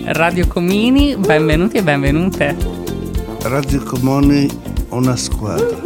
Radio Comini, benvenuti e benvenute. Radio Comuni, una squadra.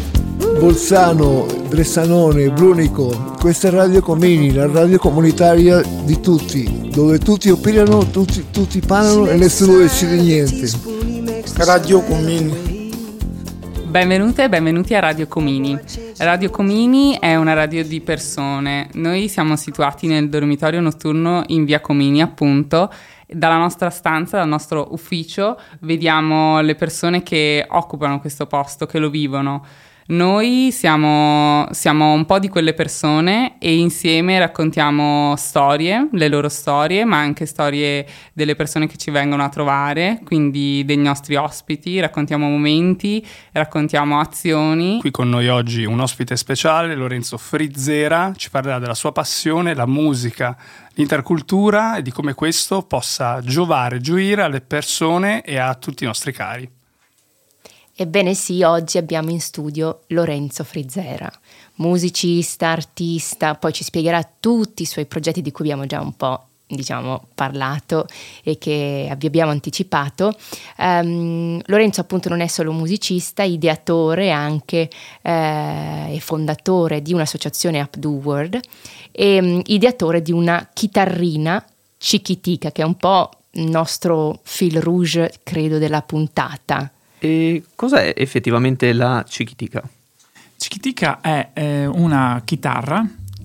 Bolzano, Bressanone, Brunico, questa è Radio Comini, la radio comunitaria di tutti, dove tutti opinano, tutti parlano e nessuno decide niente. Radio Comini. Benvenute e benvenuti a Radio Comini. Radio Comini è una radio di persone. Noi siamo situati nel dormitorio notturno in via Comini, appunto. Dalla nostra stanza, dal nostro ufficio, vediamo le persone che occupano questo posto, che lo vivono. Noi siamo un po' di quelle persone e insieme raccontiamo storie, le loro storie, ma anche storie delle persone che ci vengono a trovare, quindi dei nostri ospiti, raccontiamo momenti, raccontiamo azioni. Qui con noi oggi un ospite speciale, Lorenzo Frizzera, ci parlerà della sua passione, la musica, l'intercultura e di come questo possa gioire alle persone e a tutti i nostri cari. Ebbene sì, oggi abbiamo in studio Lorenzo Frizzera, musicista, artista, poi ci spiegherà tutti i suoi progetti di cui abbiamo già un po' parlato e che vi abbiamo anticipato. Lorenzo appunto non è solo musicista, ideatore anche e fondatore di un'associazione Up Do World e ideatore di una chitarrina Chiquitica, che è un po' il nostro fil rouge, credo, della puntata. E cos'è effettivamente la Chiquitica? Chiquitica è una chitarra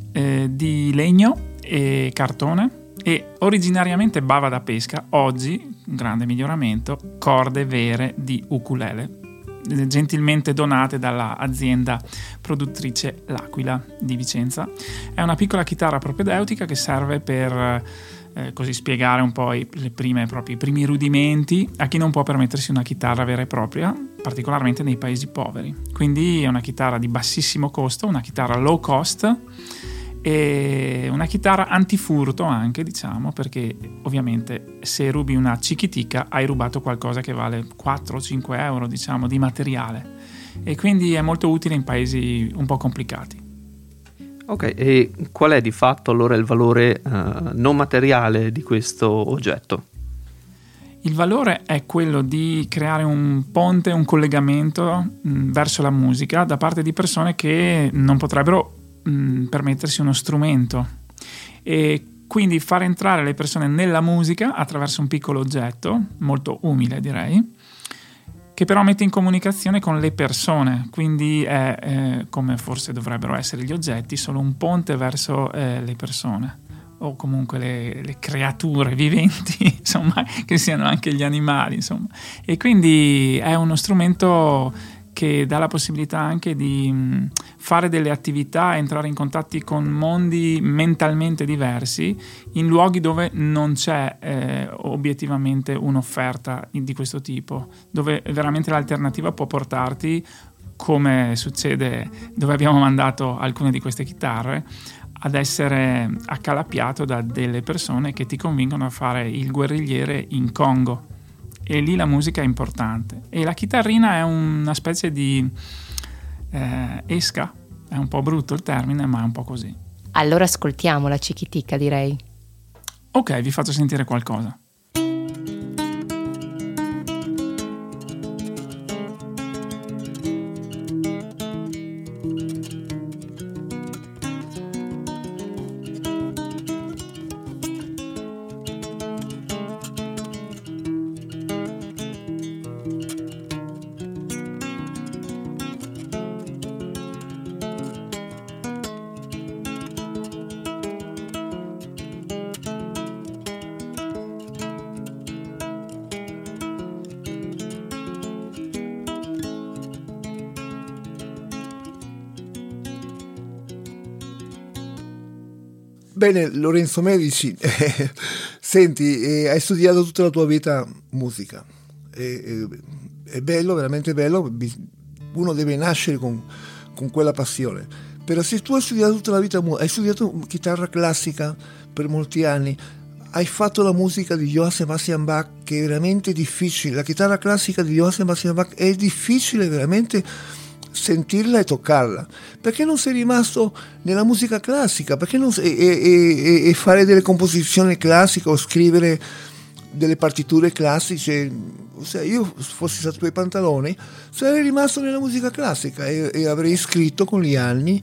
di legno e cartone e originariamente bava da pesca, oggi, un grande miglioramento, corde vere di ukulele, gentilmente donate dall'azienda produttrice L'Aquila di Vicenza. È una piccola chitarra propedeutica che serve per così spiegare un po' i primi rudimenti a chi non può permettersi una chitarra vera e propria, particolarmente nei paesi poveri. Quindi è una chitarra di bassissimo costo, una chitarra low cost e una chitarra antifurto anche, diciamo, perché ovviamente se rubi una Chiquitica hai rubato qualcosa che vale 4-5 euro, diciamo, di materiale, e quindi è molto utile in paesi un po' complicati. Ok, e qual è di fatto allora il valore non materiale di questo oggetto? Il valore è quello di creare un ponte, un collegamento verso la musica da parte di persone che non potrebbero permettersi uno strumento, e quindi far entrare le persone nella musica attraverso un piccolo oggetto, molto umile direi, che però mette in comunicazione con le persone, quindi è come forse dovrebbero essere gli oggetti, solo un ponte verso le persone o comunque le creature viventi, insomma, che siano anche gli animali, insomma. E quindi è uno strumento che dà la possibilità anche di fare delle attività, entrare in contatti con mondi mentalmente diversi in luoghi dove non c'è obiettivamente un'offerta di questo tipo, dove veramente l'alternativa può portarti, come succede dove abbiamo mandato alcune di queste chitarre, ad essere accalappiato da delle persone che ti convincono a fare il guerrigliere in Congo. E lì la musica è importante, e la chitarrina è una specie di esca, è un po' brutto il termine, ma è un po' così. Allora ascoltiamo la Chiquitica, direi. Ok, vi faccio sentire qualcosa. Bene, Lorenzo Medici, senti, hai studiato tutta la tua vita musica, è bello, veramente bello, uno deve nascere con quella passione, però se tu hai studiato tutta la vita, hai studiato chitarra classica per molti anni, hai fatto la musica di Johann Sebastian Bach, che è veramente difficile, la chitarra classica di Johann Sebastian Bach è difficile veramente sentirla e toccarla. Perché non sei rimasto nella musica classica? Perché non e fare delle composizioni classiche o scrivere delle partiture classiche. Se io fossi stato ai pantaloni sarei rimasto nella musica classica e avrei scritto con gli anni,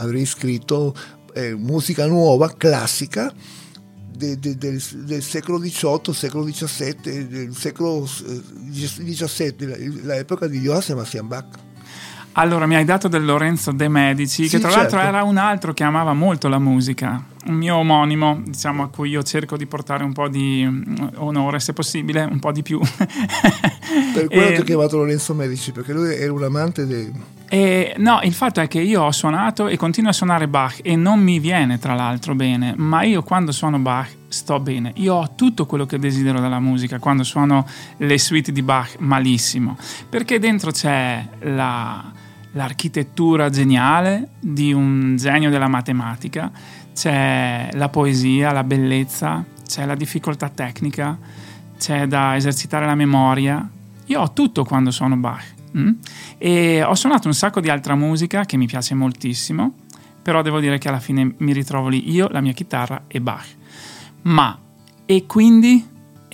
musica nuova, classica, del secolo XVIII, secolo XVII, del secolo XVII, l'epoca di Johann Sebastian Bach. Allora, mi hai dato del Lorenzo De Medici, che tra l'altro era un altro che amava molto la musica, un mio omonimo, diciamo, a cui io cerco di portare un po' di onore, se possibile, un po' di più. Per quello ti ho chiamato Lorenzo Medici, perché lui era un amante no, il fatto è che io ho suonato e continuo a suonare Bach e non mi viene tra l'altro bene, ma io quando suono Bach sto bene. Io ho tutto quello che desidero dalla musica quando suono le suite di Bach malissimo, perché dentro c'è l'architettura geniale di un genio della matematica, c'è la poesia, la bellezza, c'è la difficoltà tecnica, c'è da esercitare la memoria. Io ho tutto quando suono Bach. E ho suonato un sacco di altra musica che mi piace moltissimo, però devo dire che alla fine mi ritrovo lì io, la mia chitarra e Bach. Ma e quindi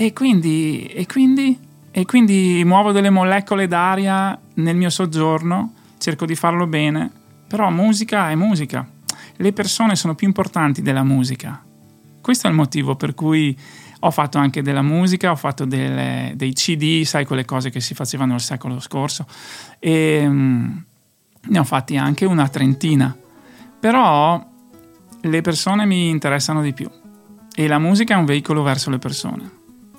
muovo delle molecole d'aria nel mio soggiorno, cerco di farlo bene, però musica è musica, le persone sono più importanti della musica. Questo è il motivo per cui ho fatto anche della musica, ho fatto dei CD, sai, quelle cose che si facevano il secolo scorso, e ne ho fatti anche una trentina, però le persone mi interessano di più e la musica è un veicolo verso le persone.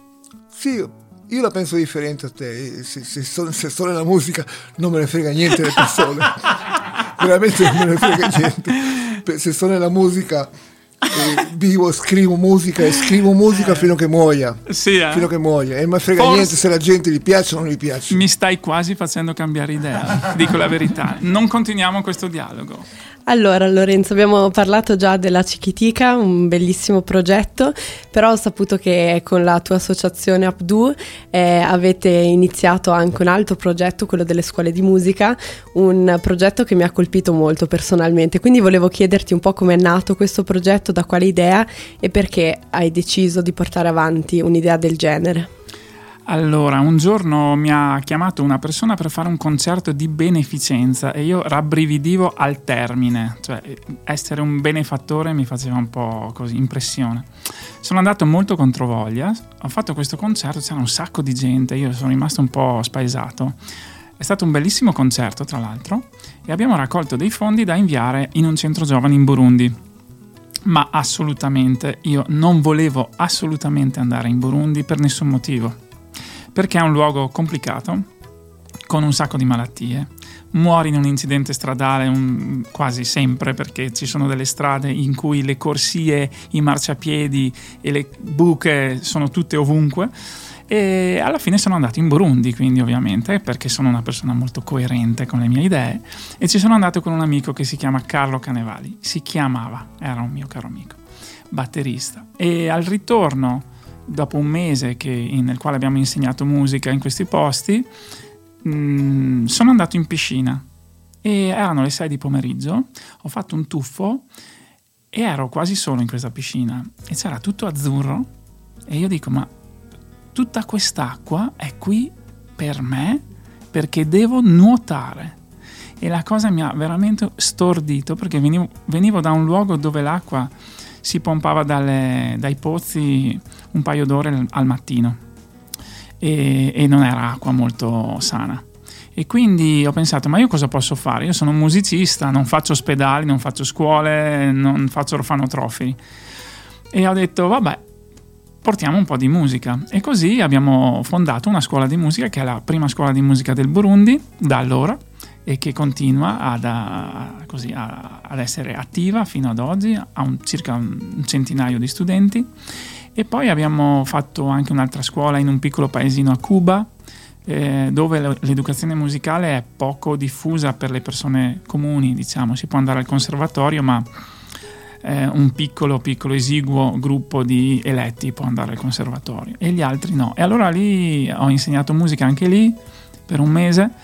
Sì, io la penso differente a te. Se sto nella musica non me ne frega niente le persone. Veramente non me ne frega niente. Se sto nella musica vivo, scrivo musica fino a che muoia. Sì, fino a che muoia. E non me frega niente se la gente gli piace o non gli piace. Mi stai quasi facendo cambiare idea, dico la verità. Non continuiamo questo dialogo. Allora Lorenzo, abbiamo parlato già della Chiquitica, un bellissimo progetto, però ho saputo che con la tua associazione Abdu avete iniziato anche un altro progetto, quello delle scuole di musica, un progetto che mi ha colpito molto personalmente, quindi volevo chiederti un po' come è nato questo progetto, da quale idea e perché hai deciso di portare avanti un'idea del genere. Allora, un giorno mi ha chiamato una persona per fare un concerto di beneficenza e io rabbrividivo al termine, cioè essere un benefattore mi faceva un po' così impressione. Sono andato molto controvoglia, ho fatto questo concerto, c'era un sacco di gente, io sono rimasto un po' spaesato. È stato un bellissimo concerto, tra l'altro, e abbiamo raccolto dei fondi da inviare in un centro giovani in Burundi. Ma assolutamente, io non volevo assolutamente andare in Burundi per nessun motivo. Perché è un luogo complicato, con un sacco di malattie. Muori in un incidente stradale quasi sempre, perché ci sono delle strade in cui le corsie, i marciapiedi e le buche sono tutte ovunque. E alla fine sono andato in Burundi, quindi ovviamente, perché sono una persona molto coerente con le mie idee, e ci sono andato con un amico che si chiama Carlo Canevali. Era un mio caro amico, batterista. E al ritorno, dopo un mese nel quale abbiamo insegnato musica in questi posti, sono andato in piscina e erano le 6 di pomeriggio, ho fatto un tuffo e ero quasi solo in questa piscina e c'era tutto azzurro e io dico: ma tutta quest'acqua è qui per me perché devo nuotare. E la cosa mi ha veramente stordito, perché venivo da un luogo dove l'acqua si pompava dai pozzi un paio d'ore al mattino e non era acqua molto sana. E quindi ho pensato: ma io cosa posso fare? Io sono un musicista, non faccio ospedali, non faccio scuole, non faccio orfanotrofi. E ho detto: vabbè, portiamo un po' di musica. E così abbiamo fondato una scuola di musica, che è la prima scuola di musica del Burundi da allora, e che continua ad essere attiva fino ad oggi, ha circa un centinaio di studenti. E poi abbiamo fatto anche un'altra scuola in un piccolo paesino a Cuba, dove l'educazione musicale è poco diffusa per le persone comuni, diciamo. Si può andare al conservatorio, ma un piccolo esiguo gruppo di eletti può andare al conservatorio e gli altri no. E allora lì ho insegnato musica anche lì per un mese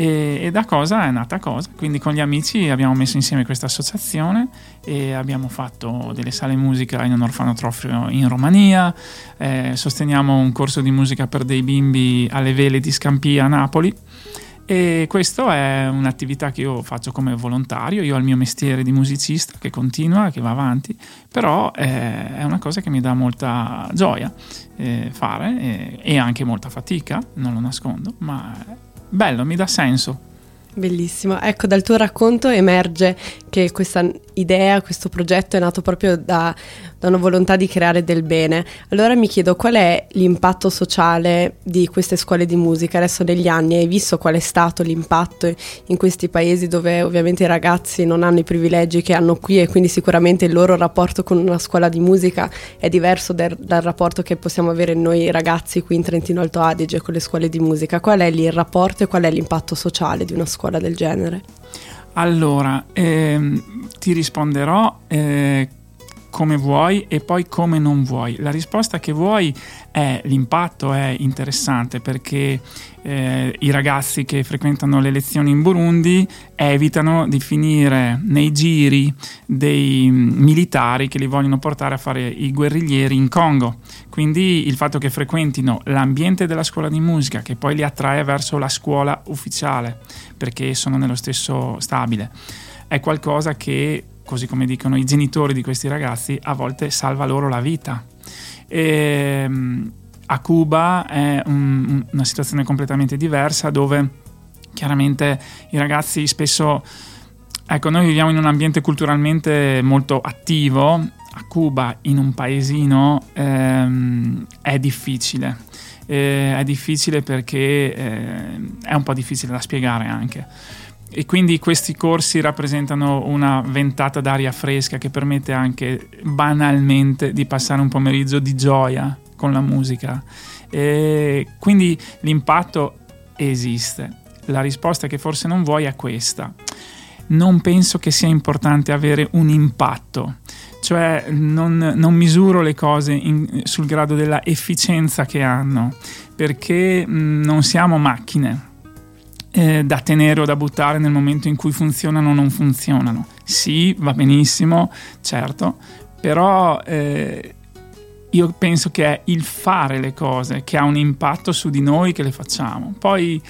E da cosa è nata cosa. Quindi con gli amici abbiamo messo insieme questa associazione e abbiamo fatto delle sale musica in un orfanotrofio in Romania, sosteniamo un corso di musica per dei bimbi alle Vele di Scampia a Napoli. E questa è un'attività che io faccio come volontario. Io ho il mio mestiere di musicista che continua, che va avanti, però è una cosa che mi dà molta gioia fare e anche molta fatica, non lo nascondo, ma è bello, mi dà senso. Bellissimo. Ecco, dal tuo racconto emerge che questa idea, questo progetto è nato proprio da una volontà di creare del bene. Allora mi chiedo qual è l'impatto sociale di queste scuole di musica. Adesso negli anni hai visto qual è stato l'impatto in questi paesi dove ovviamente i ragazzi non hanno i privilegi che hanno qui, e quindi sicuramente il loro rapporto con una scuola di musica è diverso dal rapporto che possiamo avere noi ragazzi qui in Trentino Alto Adige con le scuole di musica. Qual è lì il rapporto e qual è l'impatto sociale di una scuola del genere? Allora, ti risponderò come vuoi e poi come non vuoi. La risposta che vuoi è: l'impatto è interessante perché i ragazzi che frequentano le lezioni in Burundi evitano di finire nei giri dei militari che li vogliono portare a fare i guerriglieri in Congo. Quindi il fatto che frequentino l'ambiente della scuola di musica, che poi li attrae verso la scuola ufficiale perché sono nello stesso stabile, è qualcosa che, così come dicono i genitori di questi ragazzi, a volte salva loro la vita. A Cuba è una situazione completamente diversa, dove chiaramente i ragazzi spesso, ecco, noi viviamo in un ambiente culturalmente molto attivo. A Cuba, in un paesino, è difficile. È difficile perché è un po' difficile da spiegare anche. E quindi questi corsi rappresentano una ventata d'aria fresca che permette anche banalmente di passare un pomeriggio di gioia con la musica. E quindi l'impatto esiste. La risposta che forse non vuoi è questa: non penso che sia importante avere un impatto, cioè non misuro le cose sul grado della efficienza che hanno, perché non siamo macchine da tenere o da buttare nel momento in cui funzionano o non funzionano. Sì, va benissimo, certo, però io penso che è il fare le cose che ha un impatto su di noi che le facciamo. Poi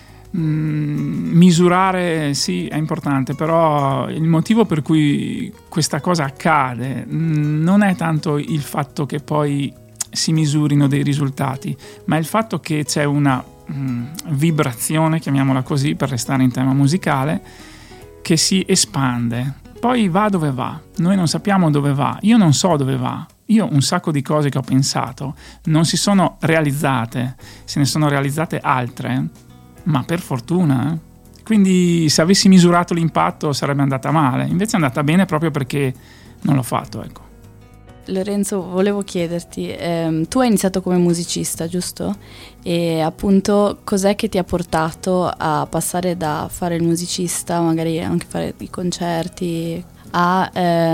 misurare sì è importante, però il motivo per cui questa cosa accade non è tanto il fatto che poi si misurino dei risultati, ma è il fatto che c'è una vibrazione, chiamiamola così per restare in tema musicale, che si espande, poi va dove va. Noi non sappiamo dove va, io non so dove va. Io un sacco di cose che ho pensato non si sono realizzate, se ne sono realizzate altre, ma per fortuna. Quindi se avessi misurato l'impatto sarebbe andata male, invece è andata bene proprio perché non l'ho fatto, ecco. Lorenzo, volevo chiederti, tu hai iniziato come musicista, giusto? E appunto cos'è che ti ha portato a passare da fare il musicista, magari anche fare i concerti, a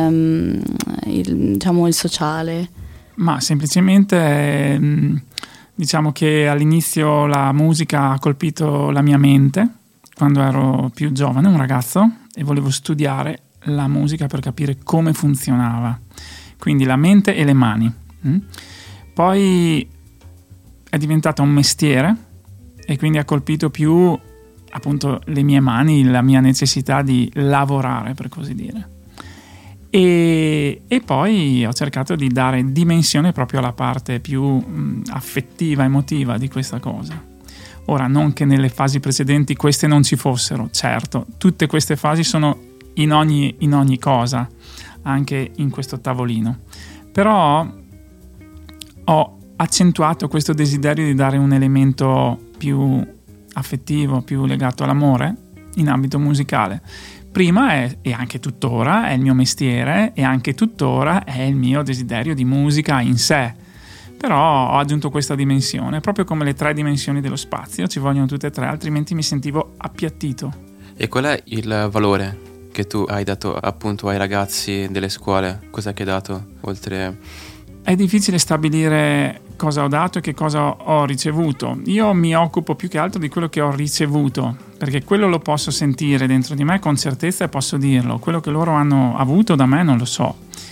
il sociale? Ma semplicemente diciamo che all'inizio la musica ha colpito la mia mente quando ero più giovane, un ragazzo, e volevo studiare la musica per capire come funzionava. Quindi la mente e le mani. Poi è diventata un mestiere e quindi ha colpito più appunto le mie mani, la mia necessità di lavorare, per così dire. E poi ho cercato di dare dimensione proprio alla parte più affettiva, emotiva di questa cosa. Ora, non che nelle fasi precedenti queste non ci fossero, certo, tutte queste fasi sono in ogni cosa, anche in questo tavolino, però ho accentuato questo desiderio di dare un elemento più affettivo, più legato all'amore in ambito musicale. Prima e anche tuttora è il mio mestiere e anche tuttora è il mio desiderio di musica in sé, però ho aggiunto questa dimensione, proprio come le 3 dimensioni dello spazio, ci vogliono tutte e 3, altrimenti mi sentivo appiattito. E qual è il valore che tu hai dato appunto ai ragazzi delle scuole? Cos'è che hai dato oltre? È difficile stabilire cosa ho dato e che cosa ho ricevuto. Io mi occupo più che altro di quello che ho ricevuto, perché quello lo posso sentire dentro di me con certezza e posso dirlo. Quello che loro hanno avuto da me non lo so.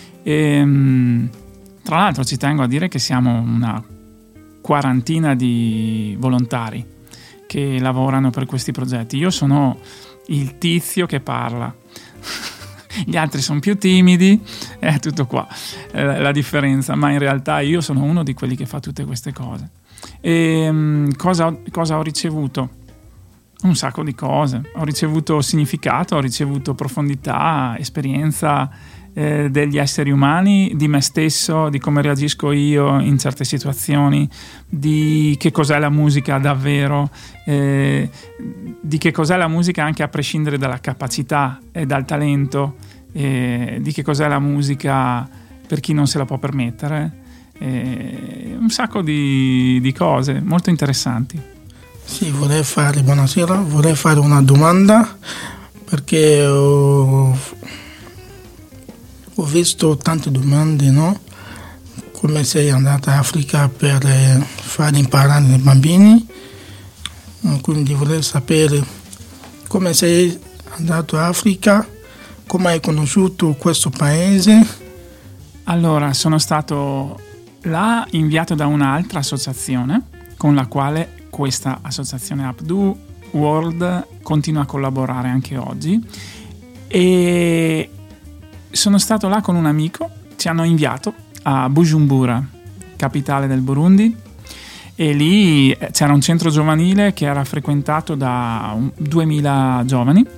Tra l'altro ci tengo a dire che siamo una quarantina di volontari che lavorano per questi progetti. Io sono il tizio che parla. Gli altri sono più timidi, è tutto qua la differenza, ma in realtà io sono uno di quelli che fa tutte queste cose. Cosa ho ricevuto? Un sacco di cose. Ho ricevuto significato, ho ricevuto profondità, esperienza degli esseri umani, di me stesso, di come reagisco io in certe situazioni, di che cos'è la musica davvero, di che cos'è la musica anche a prescindere dalla capacità e dal talento, di che cos'è la musica per chi non se la può permettere, un sacco di cose molto interessanti. Sì, vorrei fare una domanda, perché ho visto tante domande, no? Come sei andata in Africa per far imparare i bambini, quindi vorrei sapere come sei andato in Africa, come hai conosciuto questo paese. Allora, sono stato là inviato da un'altra associazione con la quale questa associazione Abdu World continua a collaborare anche oggi, e sono stato là con un amico. Ci hanno inviato a Bujumbura, capitale del Burundi, e lì c'era un centro giovanile che era frequentato da 2000 giovani,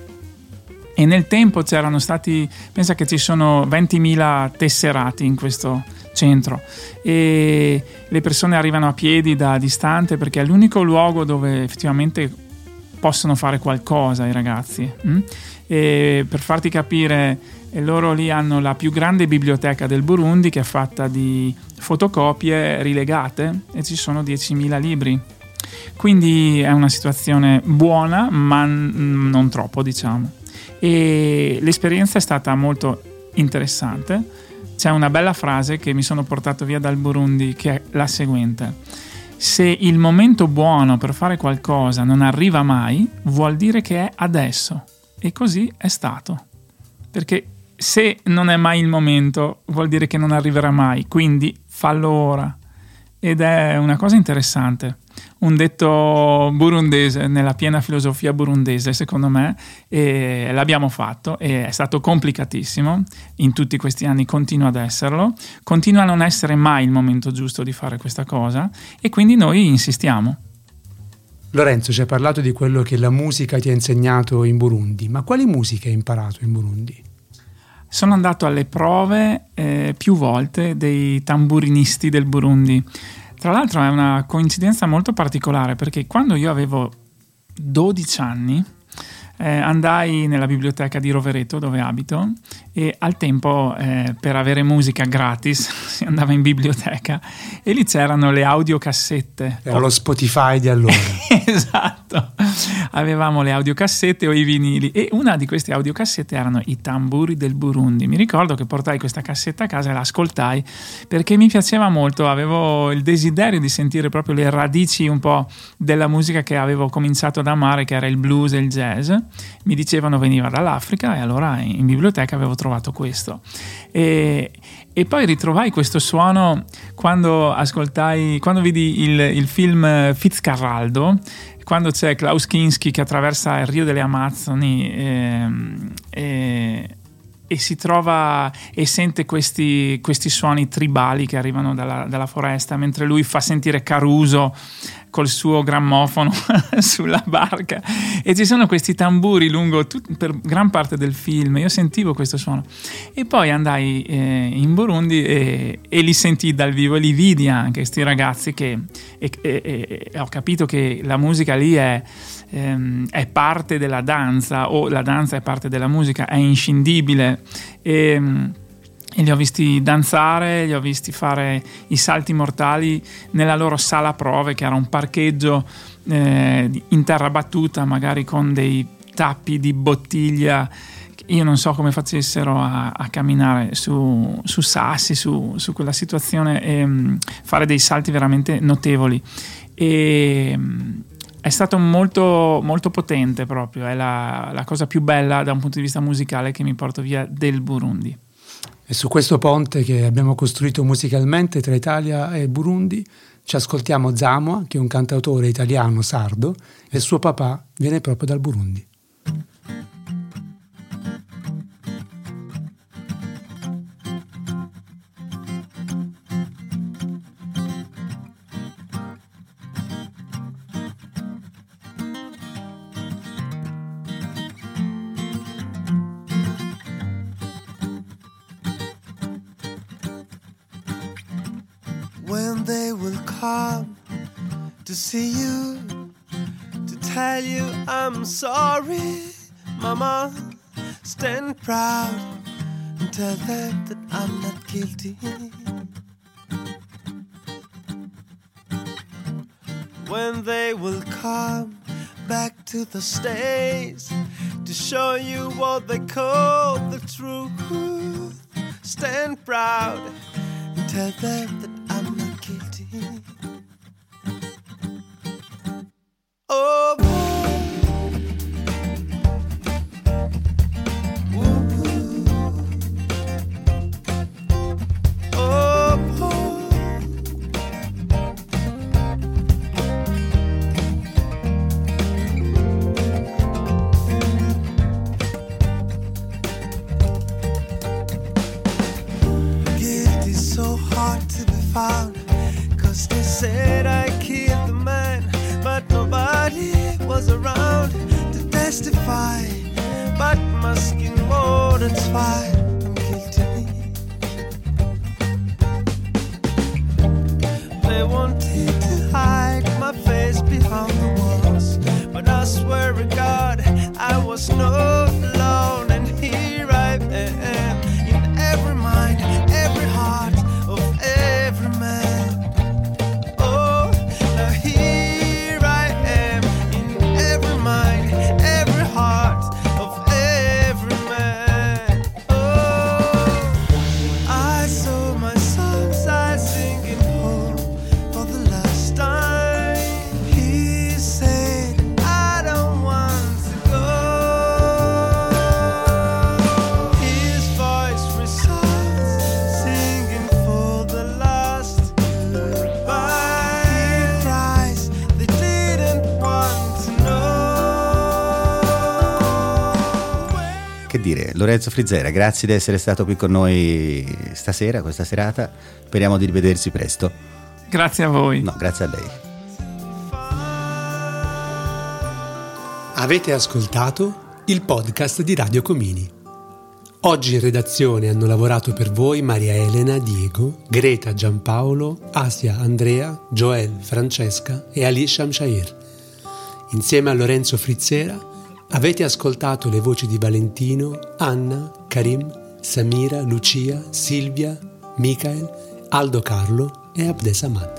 e nel tempo c'erano stati, pensa che ci sono 20.000 tesserati in questo centro, e le persone arrivano a piedi da distante perché è l'unico luogo dove effettivamente possono fare qualcosa i ragazzi. E per farti capire, loro lì hanno la più grande biblioteca del Burundi, che è fatta di fotocopie rilegate, e ci sono 10.000 libri. Quindi è una situazione buona, ma non troppo, diciamo. E l'esperienza è stata molto interessante. C'è una bella frase che mi sono portato via dal Burundi, che è la seguente: se il momento buono per fare qualcosa non arriva mai, vuol dire che è adesso. E così è stato, perché se non è mai il momento vuol dire che non arriverà mai, quindi fallo ora. Ed è una cosa interessante, un detto burundese, nella piena filosofia burundese secondo me, e l'abbiamo fatto, e è stato complicatissimo in tutti questi anni, continua ad esserlo, continua a non essere mai il momento giusto di fare questa cosa, e quindi noi insistiamo. Lorenzo, ci hai parlato di quello che la musica ti ha insegnato in Burundi, ma quali musiche hai imparato in Burundi? Sono andato alle prove più volte dei tamburinisti del Burundi. Tra l'altro è una coincidenza molto particolare, perché quando io avevo 12 anni andai nella biblioteca di Rovereto, dove abito, e al tempo per avere musica gratis si andava in biblioteca, e lì c'erano le audiocassette. Era lo Spotify di allora. Esatto, avevamo le audiocassette o i vinili, e una di queste audiocassette erano i tamburi del Burundi. Mi ricordo che portai questa cassetta a casa e la ascoltai perché mi piaceva molto, avevo il desiderio di sentire proprio le radici un po' della musica che avevo cominciato ad amare, che era il blues e il jazz. Mi dicevano veniva dall'Africa, e allora in biblioteca avevo trovato questo, e poi ritrovai questo suono quando vidi il film Fitzcarraldo, quando c'è Klaus Kinski che attraversa il Rio delle Amazzoni e si trova e sente questi suoni tribali che arrivano dalla foresta, mentre lui fa sentire Caruso col suo grammofono sulla barca, e ci sono questi tamburi per gran parte del film. Io sentivo questo suono, e poi andai in Burundi e li sentii dal vivo, e li vidi anche questi ragazzi e ho capito che la musica lì è parte della danza, o la danza è parte della musica, è inscindibile. E li ho visti danzare, li ho visti fare i salti mortali nella loro sala prove, che era un parcheggio in terra battuta, magari con dei tappi di bottiglia io non so come facessero a camminare su sassi, su quella situazione e fare dei salti veramente notevoli. E è stato molto, molto potente proprio, è la cosa più bella da un punto di vista musicale che mi porto via del Burundi. E su questo ponte che abbiamo costruito musicalmente tra Italia e Burundi ci ascoltiamo Zamoa, che è un cantautore italiano sardo, e il suo papà viene proprio dal Burundi. When they will come to see you, to tell you I'm sorry, Mama, stand proud and tell them that I'm not guilty. When they will come back to the States to show you what they call the truth, stand proud and tell them that I'm not guilty. Oh, cause they said I killed the man, but nobody was around to testify. But my skin wouldn't fight, I'm guilty. They wanted to hide my face behind the walls, but I swear to God I was not alone. And here I am, in every mind, every heart of every man. Oh, now here I am, in every mind, every heart of every man. Oh, I saw my son's eyes singing home for the last time. He said, I don't want to go. His voice resounds, singing for the last goodbye. He cries, they didn't want to know. Che dire, Lorenzo Frizzera, grazie di essere stato qui con noi stasera, questa serata. Speriamo di rivedersi presto. Grazie a voi. No, grazie a lei. Avete ascoltato il podcast di Radio Comini. Oggi in redazione hanno lavorato per voi Maria Elena, Diego, Greta, Giampaolo, Asia, Andrea, Joel, Francesca e Ali Shamshair. Insieme a Lorenzo Frizzera avete ascoltato le voci di Valentino, Anna, Karim, Samira, Lucia, Silvia, Michael, Aldo Carlo e Abdesamad.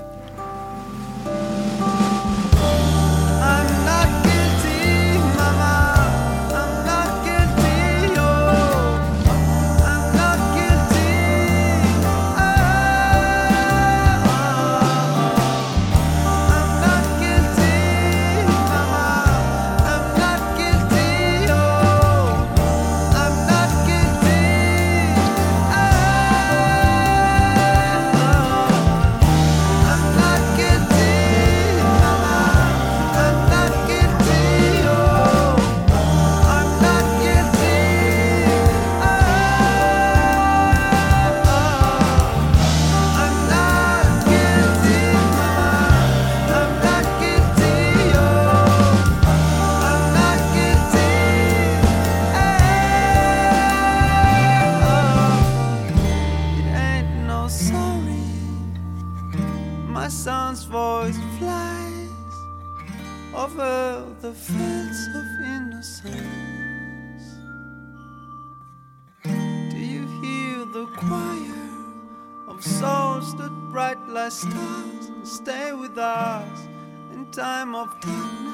I'm not guilty, Mama. I'm not guilty, oh. I'm not guilty. I'm not guilty, Mama. I'm not guilty, oh. I'm not guilty. I'm not guilty, Mama. I'm not guilty, oh. I'm not guilty. I'm not guilty, Mama. I'm not guilty, oh. I'm not guilty. It ain't no sorry. My son's voice flies over the fence of innocence. Do you hear the choir of souls that bright like stars and stay with us in time of darkness?